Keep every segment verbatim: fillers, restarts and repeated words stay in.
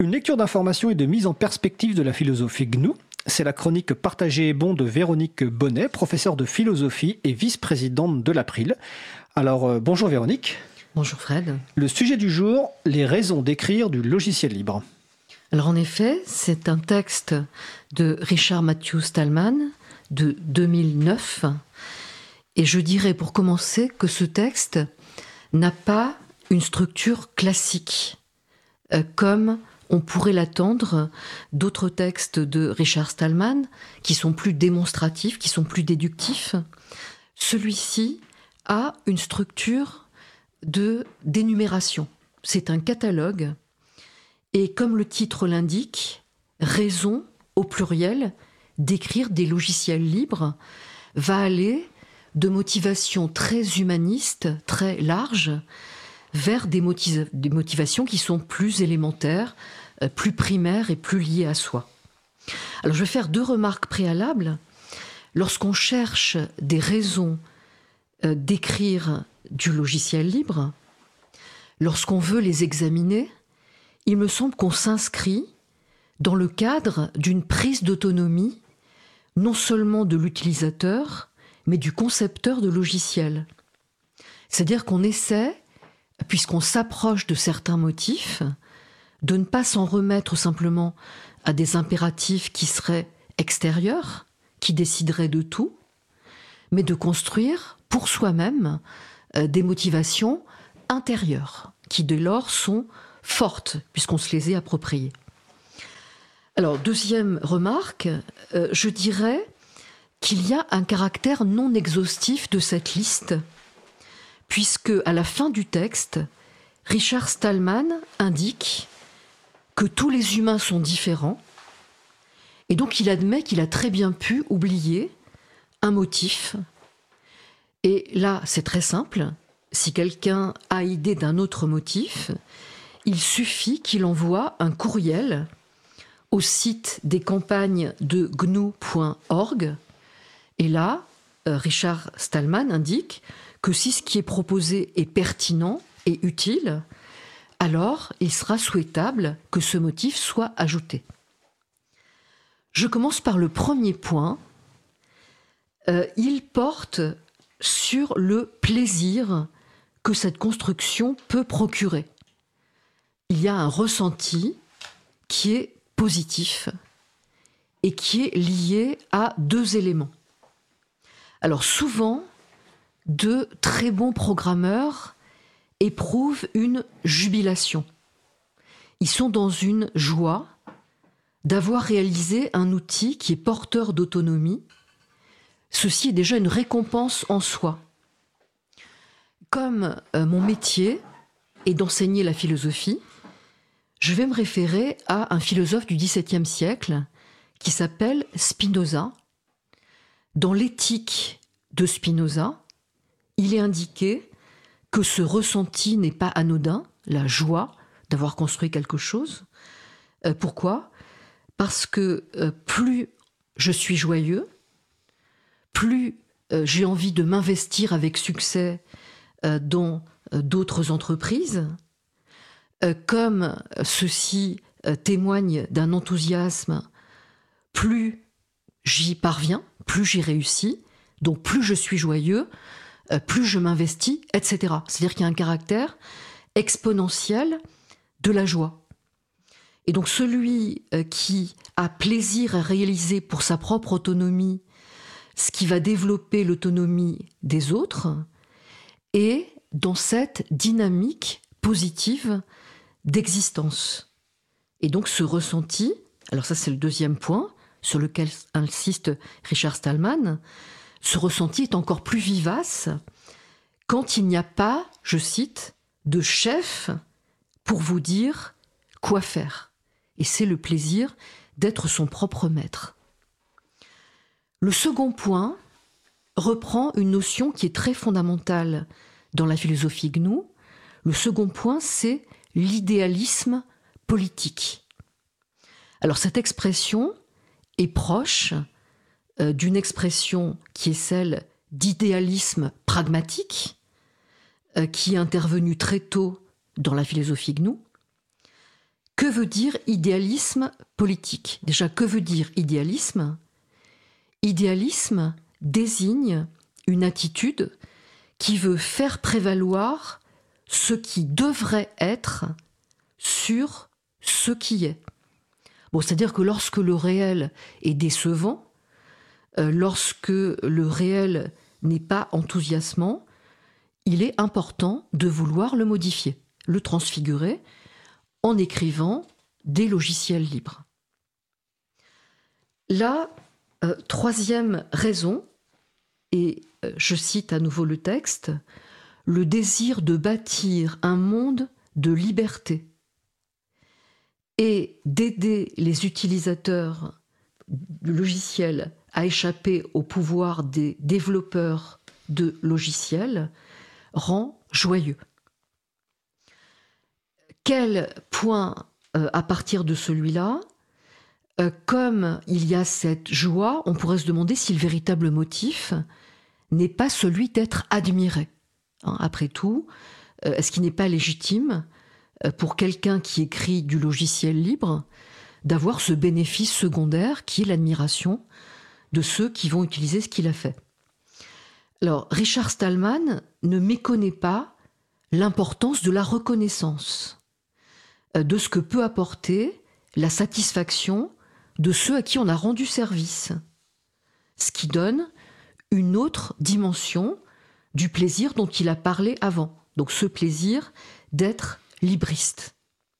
Une lecture d'information et de mise en perspective de la philosophie G N U. C'est la chronique Partagée et bon de Véronique Bonnet, professeure de philosophie et vice-présidente de l'April. Alors, euh, bonjour Véronique. Bonjour Fred. Le sujet du jour, les raisons d'écrire du logiciel libre. Alors en effet, c'est un texte de Richard Matthew Stallman de deux mille neuf. Et je dirais pour commencer que ce texte n'a pas une structure classique, euh, comme on pourrait l'attendre d'autres textes de Richard Stallman, qui sont plus démonstratifs, qui sont plus déductifs. Celui-ci a une structure de d'énumération. C'est un catalogue, et comme le titre l'indique, raison, au pluriel, d'écrire des logiciels libres, va aller de motivations très humanistes, très larges, vers des, motiv- des motivations qui sont plus élémentaires, euh, plus primaires et plus liées à soi. Alors je vais faire deux remarques préalables. Lorsqu'on cherche des raisons euh, d'écrire du logiciel libre, lorsqu'on veut les examiner, il me semble qu'on s'inscrit dans le cadre d'une prise d'autonomie, non seulement de l'utilisateur, mais du concepteur de logiciel. C'est-à-dire qu'on essaie, puisqu'on s'approche de certains motifs, de ne pas s'en remettre simplement à des impératifs qui seraient extérieurs, qui décideraient de tout, mais de construire pour soi-même euh, des motivations intérieures, qui dès lors sont fortes, puisqu'on se les est appropriées. Alors, deuxième remarque, euh, je dirais qu'il y a un caractère non exhaustif de cette liste, puisque à la fin du texte, Richard Stallman indique que tous les humains sont différents, et donc il admet qu'il a très bien pu oublier un motif. Et là, c'est très simple. Si quelqu'un a idée d'un autre motif, il suffit qu'il envoie un courriel au site des campagnes de G N U point org. Et là, euh, Richard Stallman indique que si ce qui est proposé est pertinent et utile, alors il sera souhaitable que ce motif soit ajouté. Je commence par le premier point. Euh, il porte sur le plaisir que cette construction peut procurer. Il y a un ressenti qui est positif et qui est lié à deux éléments. Alors souvent, de très bons programmeurs éprouvent une jubilation. Ils sont dans une joie d'avoir réalisé un outil qui est porteur d'autonomie. Ceci est déjà une récompense en soi. Comme euh, mon métier est d'enseigner la philosophie, je vais me référer à un philosophe du dix-septième siècle qui s'appelle Spinoza. Dans l'éthique de Spinoza, il est indiqué que ce ressenti n'est pas anodin, la joie d'avoir construit quelque chose. Euh, pourquoi ? Parce que euh, plus je suis joyeux, plus euh, j'ai envie de m'investir avec succès euh, dans euh, d'autres entreprises, euh, comme ceci euh, témoigne d'un enthousiasme, plus j'y parviens, plus j'y réussis, donc plus je suis joyeux, euh, plus je m'investis, et cetera. C'est-à-dire qu'il y a un caractère exponentiel de la joie. Et donc celui euh, qui a plaisir à réaliser pour sa propre autonomie ce qui va développer l'autonomie des autres est dans cette dynamique positive d'existence. Et donc ce ressenti, alors ça c'est le deuxième point, sur lequel insiste Richard Stallman, ce ressenti est encore plus vivace quand il n'y a pas, je cite, de chef pour vous dire quoi faire. Et c'est le plaisir d'être son propre maître. Le second point reprend une notion qui est très fondamentale dans la philosophie G N U. Le second point, c'est l'idéalisme politique. Alors cette expression est proche euh, d'une expression qui est celle d'idéalisme pragmatique, euh, qui est intervenue très tôt dans la philosophie G N U, que veut dire idéalisme politique? Déjà, que veut dire idéalisme? Idéalisme désigne une attitude qui veut faire prévaloir ce qui devrait être sur ce qui est. Bon, c'est-à-dire que lorsque le réel est décevant, euh, lorsque le réel n'est pas enthousiasmant, il est important de vouloir le modifier, le transfigurer, en écrivant des logiciels libres. La euh, troisième raison, et euh, je cite à nouveau le texte, le désir de bâtir un monde de liberté et d'aider les utilisateurs du logiciel à échapper au pouvoir des développeurs de logiciels rend joyeux. Quel point euh, à partir de celui-là, euh, comme il y a cette joie, on pourrait se demander si le véritable motif n'est pas celui d'être admiré. Hein, après tout, euh, est-ce qu'il n'est pas légitime euh, pour quelqu'un qui écrit du logiciel libre d'avoir ce bénéfice secondaire qui est l'admiration de ceux qui vont utiliser ce qu'il a fait? Alors, Richard Stallman ne méconnaît pas l'importance de la reconnaissance, de ce que peut apporter la satisfaction de ceux à qui on a rendu service, ce qui donne une autre dimension du plaisir dont il a parlé avant, donc ce plaisir d'être libriste.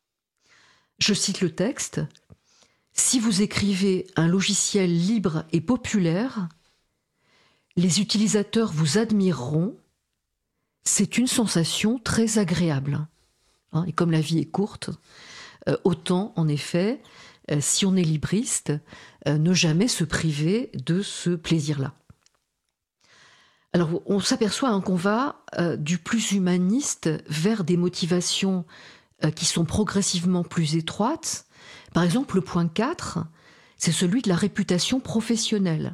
Je cite le texte, « Si vous écrivez un logiciel libre et populaire, les utilisateurs vous admireront, c'est une sensation très agréable. » Et comme la vie est courte, euh, autant, en effet, euh, si on est libriste, euh, ne jamais se priver de ce plaisir-là. Alors, on s'aperçoit hein, qu'on va euh, du plus humaniste vers des motivations euh, qui sont progressivement plus étroites. Par exemple, le point quatre, c'est celui de la réputation professionnelle.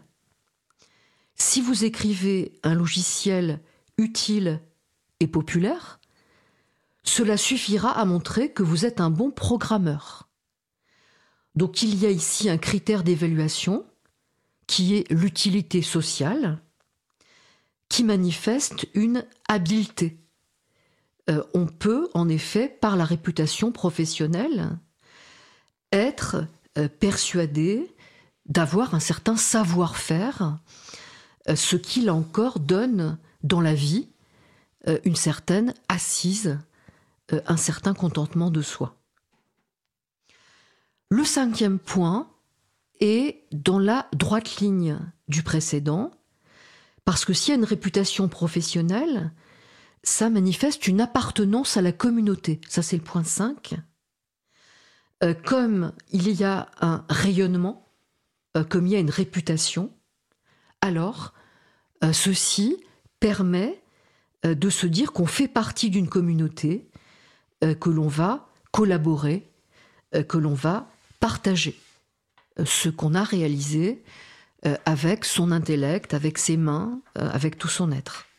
Si vous écrivez un logiciel utile et populaire, cela suffira à montrer que vous êtes un bon programmeur. Donc il y a ici un critère d'évaluation qui est l'utilité sociale, qui manifeste une habileté. Euh, on peut en effet, par la réputation professionnelle, être euh, persuadé d'avoir un certain savoir-faire, euh, ce qui là encore donne dans la vie euh, une certaine assise, un certain contentement de soi. Le cinquième point est dans la droite ligne du précédent, parce que s'il y a une réputation professionnelle, ça manifeste une appartenance à la communauté. Ça, c'est le point cinq. Euh, comme il y a un rayonnement, euh, comme il y a une réputation, alors euh, ceci permet euh, de se dire qu'on fait partie d'une communauté, Euh, que l'on va collaborer, euh, que l'on va partager euh, ce qu'on a réalisé euh, avec son intellect, avec ses mains, euh, avec tout son être.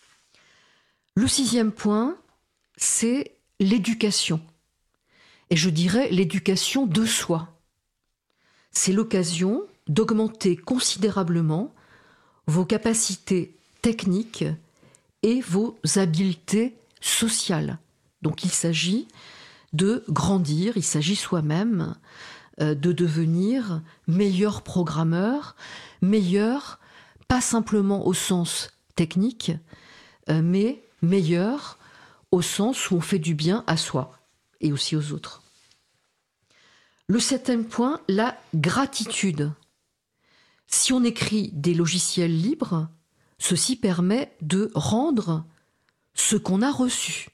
Le sixième point, c'est l'éducation. Et je dirais l'éducation de soi. C'est l'occasion d'augmenter considérablement vos capacités techniques et vos habiletés sociales. Donc il s'agit de grandir, il s'agit soi-même euh, de devenir meilleur programmeur, meilleur, pas simplement au sens technique, euh, mais meilleur au sens où on fait du bien à soi et aussi aux autres. Le septième point, la gratitude. Si on écrit des logiciels libres, ceci permet de rendre ce qu'on a reçu.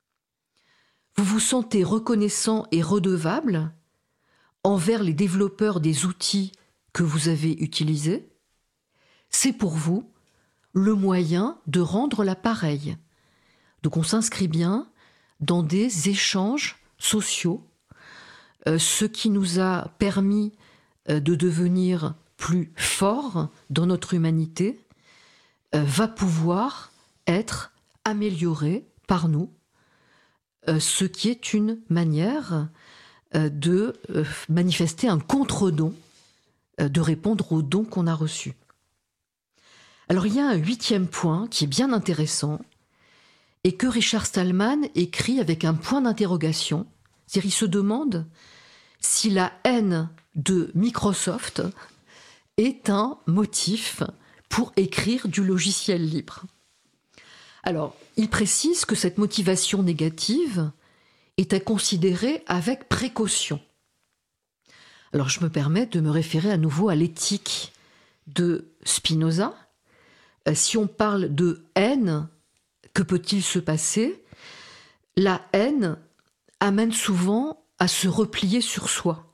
Vous vous sentez reconnaissant et redevable envers les développeurs des outils que vous avez utilisés. C'est pour vous le moyen de rendre l'appareil. Donc on s'inscrit bien dans des échanges sociaux, euh, ce qui nous a permis euh, de devenir plus forts dans notre humanité, euh, va pouvoir être amélioré par nous, Euh, ce qui est une manière euh, de euh, manifester un contre-don, euh, de répondre aux dons qu'on a reçus. Alors il y a un huitième point qui est bien intéressant et que Richard Stallman écrit avec un point d'interrogation. C'est-à-dire il se demande si la haine de Microsoft est un motif pour écrire du logiciel libre. Alors, il précise que cette motivation négative est à considérer avec précaution. Alors, je me permets de me référer à nouveau à l'éthique de Spinoza. Si on parle de haine, que peut-il se passer ? La haine amène souvent à se replier sur soi.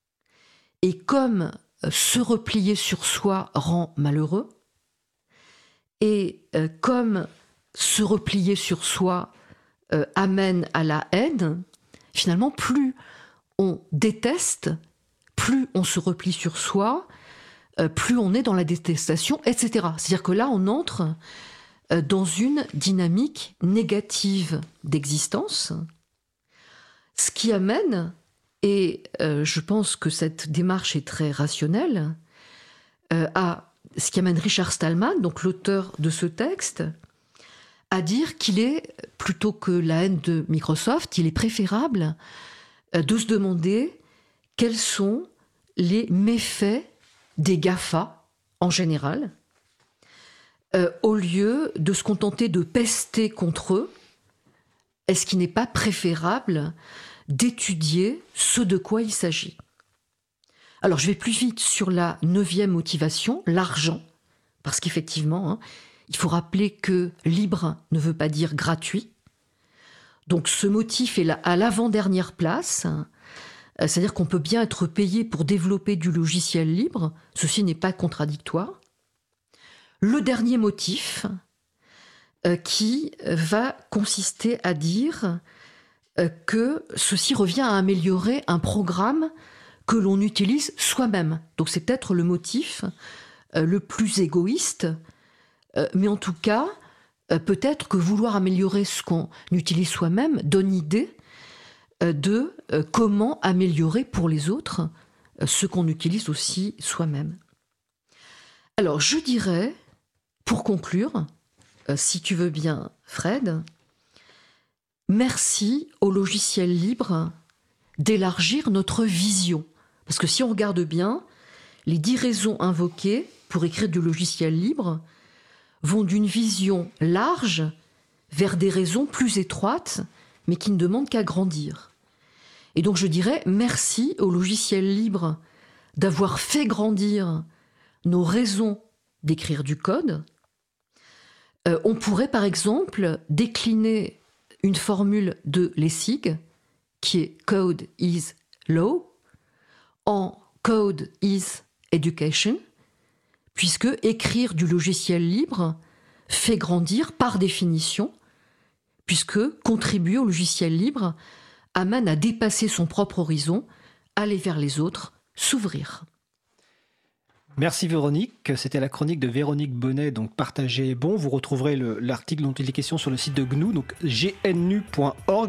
Et comme se replier sur soi rend malheureux, et euh, comme se replier sur soi euh, amène à la haine, finalement, plus on déteste, plus on se replie sur soi, euh, plus on est dans la détestation, et cetera. C'est-à-dire que là, on entre euh, dans une dynamique négative d'existence, ce qui amène, et euh, je pense que cette démarche est très rationnelle, euh, à ce qui amène Richard Stallman, donc l'auteur de ce texte, à dire qu'il est, plutôt que la haine de Microsoft, il est préférable euh, de se demander quels sont les méfaits des GAFA en général, euh, au lieu de se contenter de pester contre eux. Est-ce qu'il n'est pas préférable d'étudier ce de quoi il s'agit ? Alors, je vais plus vite sur la neuvième motivation, l'argent, parce qu'effectivement, hein, il faut rappeler que libre ne veut pas dire gratuit. Donc, ce motif est à l'avant-dernière place, hein, c'est-à-dire qu'on peut bien être payé pour développer du logiciel libre, ceci n'est pas contradictoire. Le dernier motif, euh, qui va consister à dire euh, que ceci revient à améliorer un programme que l'on utilise soi-même. Donc c'est peut-être le motif euh, le plus égoïste, euh, mais en tout cas, euh, peut-être que vouloir améliorer ce qu'on utilise soi-même donne idée euh, de euh, comment améliorer pour les autres euh, ce qu'on utilise aussi soi-même. Alors je dirais, pour conclure, euh, si tu veux bien Fred, merci au logiciel libre d'élargir notre vision. Parce que si on regarde bien, les dix raisons invoquées pour écrire du logiciel libre vont d'une vision large vers des raisons plus étroites, mais qui ne demandent qu'à grandir. Et donc je dirais merci au logiciel libre d'avoir fait grandir nos raisons d'écrire du code. Euh, on pourrait par exemple décliner une formule de Lessig, qui est « Code is law », en « Code is education », puisque écrire du logiciel libre fait grandir par définition, puisque contribuer au logiciel libre amène à dépasser son propre horizon, aller vers les autres, s'ouvrir. Merci Véronique, c'était la chronique de Véronique Bonnet, donc partagez bon. Vous retrouverez le, l'article dont il est question sur le site de G N U, donc g n u point org.